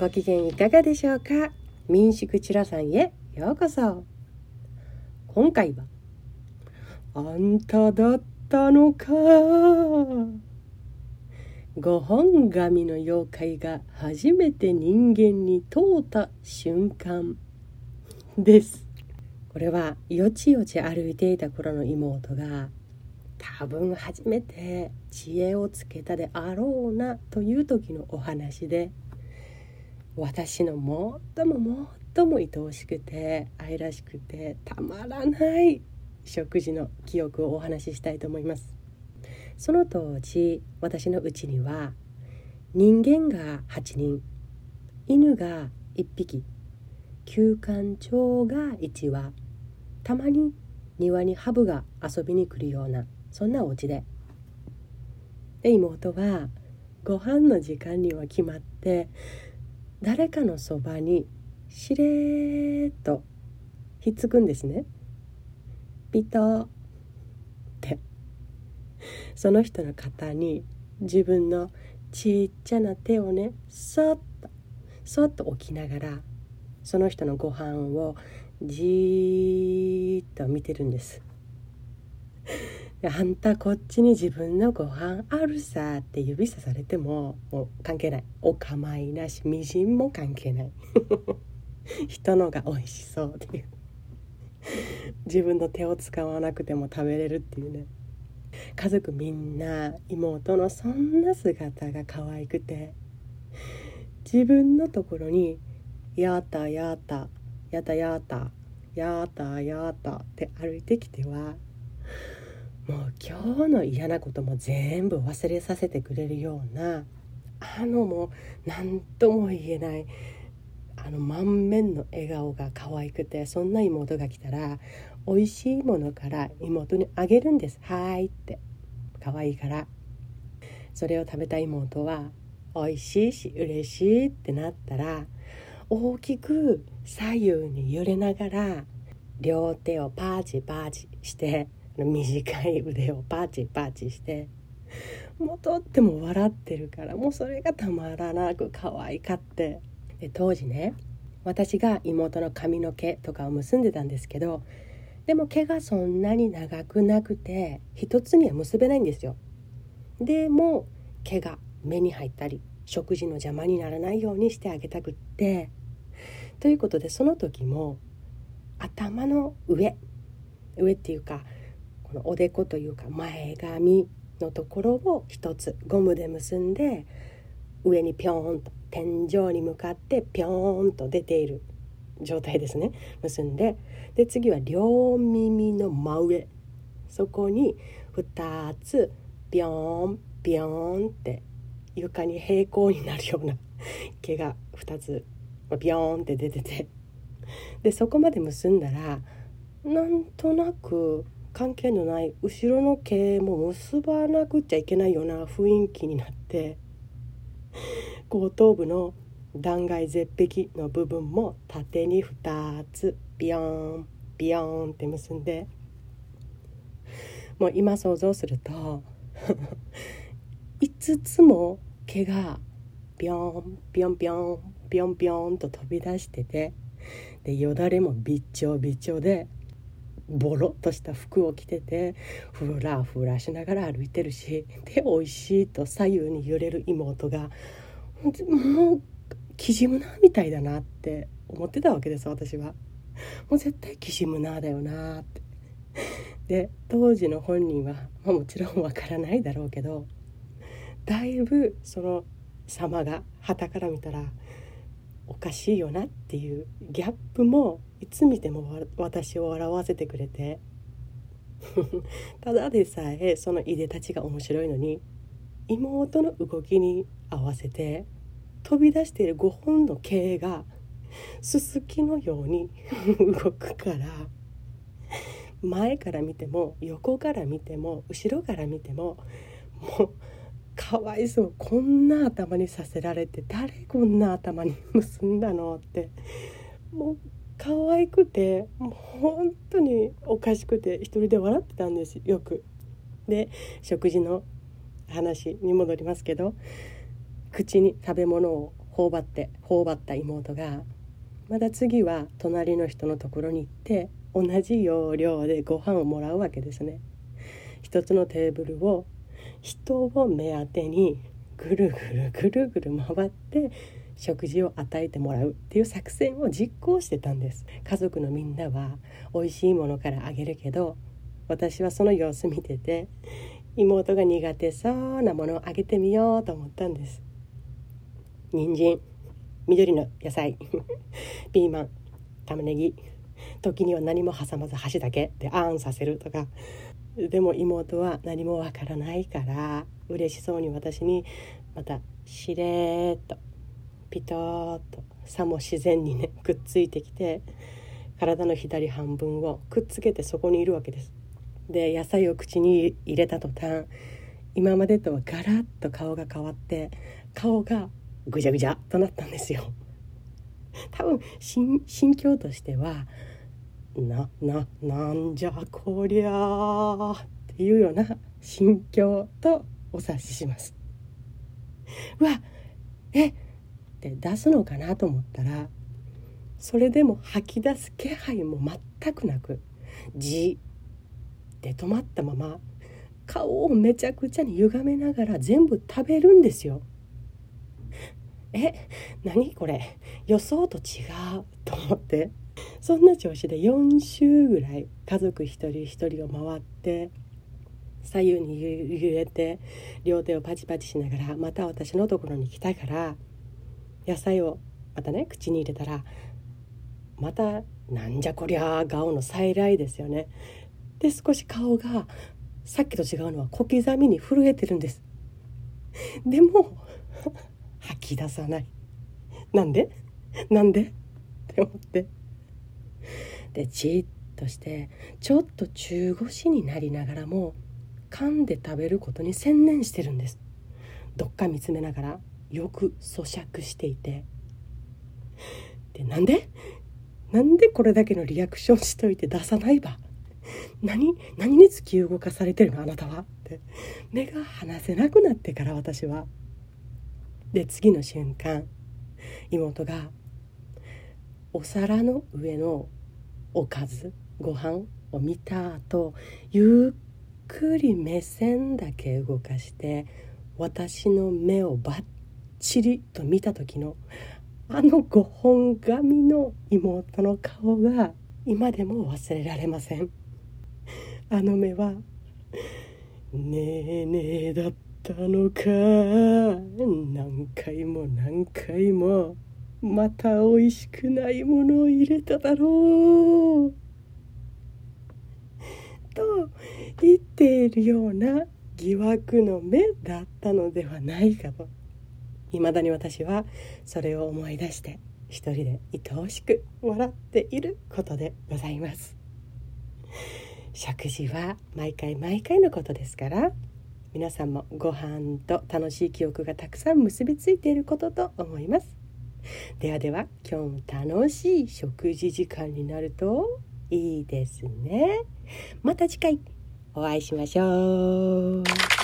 ご機嫌いかがでしょうか。民宿チラさんへようこそ。今回はあんただったのか、5本紙の妖怪が初めて人間に通った瞬間です。これはよちよち歩いていた頃の妹が多分初めて知恵をつけたであろうなという時のお話で、私の最も愛おしくて愛らしくてたまらない食事の記憶をお話ししたいと思います。その当時、私のうちには人間が8人、犬が1匹、旧館長が1羽、たまに庭にハブが遊びに来るような、そんなお家で、妹はご飯の時間には決まって誰かのそばにしれーっとひっつくんですね。ピトーって、その人の肩に自分のちっちゃな手をね、そっと置きながら、その人のご飯をじーっと見てるんです。あんたこっちに自分のご飯あるさって指さされても、もう関係ない、お構いなし、みじんも関係ない人のが美味しそうっていう、自分の手を使わなくても食べれるっていうね。家族みんな妹のそんな姿が可愛くて、自分のところにやったやったやったやったやったやったって歩いてきては、もう今日の嫌なことも全部忘れさせてくれるような、もう何とも言えない満面の笑顔が可愛くて、そんな妹が来たら美味しいものから妹にあげるんです。はいって、可愛いから。それを食べた妹は美味しいし嬉しいってなったら、大きく左右に揺れながら両手をパチパチして、短い腕をパチパチして、もうとっても笑ってるから、もうそれがたまらなく可愛かって。で当時ね、私が妹の髪の毛とかを結んでたんですけど、でも毛がそんなに長くなくて一つには結べないんですよ。でも毛が目に入ったり食事の邪魔にならないようにしてあげたくって、ということでその時も頭の上っていうか、このおでこというか前髪のところを一つゴムで結んで、上にピョーンと天井に向かってピョーンと出ている状態ですね、結んで、で次は両耳の真上、そこに2つビョーンビョーンって床に平行になるような毛が2つビョーンって出てて、でそこまで結んだら、なんとなく関係のない後ろの毛も結ばなくちゃいけないような雰囲気になって、後頭部の断崖絶壁の部分も縦に2つビヨーンビヨーンって結んで、もう今想像すると5つも毛がビヨンビヨンビヨンビヨンビヨンと飛び出してて、でよだれもびっちょびちょでボロっとした服を着てて、ふらふらしながら歩いてるし、で美味しいと左右に揺れる妹がもうキジムナーみたいだなって思ってたわけです。私はもう絶対キジムナーだよなって。で当時の本人は、もちろんわからないだろうけど、だいぶその様が傍から見たらおかしいよなっていうギャップもいつ見ても私を笑わせてくれてただでさえそのいでたちが面白いのに、妹の動きに合わせて飛び出している5本の毛がすすきのように動くから、前から見ても横から見ても後ろから見ても、もうかわいそう、こんな頭にさせられて誰こんな頭に結んだのって、もう可愛くて、もう本当におかしくて一人で笑ってたんですよく。で食事の話に戻りますけど、口に食べ物を頬張った妹がまた次は隣の人のところに行って同じ要領でご飯をもらうわけですね。一つのテーブルを人を目当てにぐるぐる回って食事を与えてもらうっていう作戦を実行してたんです。家族のみんなは美味しいものからあげるけど、私はその様子見てて妹が苦手そうなものをあげてみようと思ったんです。人参、緑の野菜ピーマン、玉ねぎ、時には何も挟まず箸だけであんさせるとか。でも妹は何もわからないから嬉しそうに私にまたしれーっとピトーっとさも自然にねくっついてきて、体の左半分をくっつけてそこにいるわけです。で野菜を口に入れた途端、今までとはガラッと顔が変わって顔がぐじゃぐじゃとなったんですよ。多分心境としてはなんじゃこりゃーっていうような心境とお察しします。うわって出すのかなと思ったら、それでも吐き出す気配も全くなくじって止まったまま顔をめちゃくちゃに歪めながら全部食べるんですよ。何これ、予想と違うと思って、そんな調子で4周ぐらい家族一人一人を回って左右に揺れて両手をパチパチしながらまた私のところに来たから、野菜をまたね口に入れたらまたなんじゃこりゃー顔の再来ですよね。で少し顔がさっきと違うのは小刻みに震えてるんです。でも吐き出さない。なんでって思って、でじっとしてちょっと中腰になりながらも噛んで食べることに専念してるんです。どっか見つめながらよく咀嚼していて、でなんでこれだけのリアクションしといて出さないば、何に突き動かされてるのあなたはって、目が離せなくなってから私は。で次の瞬間、妹がお皿の上のおかずご飯を見た後、ゆっくり目線だけ動かして私の目をバッチリと見た時のあの5本髪の妹の顔が今でも忘れられません。あの目はねえねえだったのか、何回もまた美味しくないものを入れただろうと言っているような疑惑の目だったのではないかと、未だに私はそれを思い出して一人で愛おしく笑っていることでございます。食事は毎回のことですから、皆さんもご飯と楽しい記憶がたくさん結びついていることと思います。では今日も楽しい食事時間になるといいですね。また次回お会いしましょう。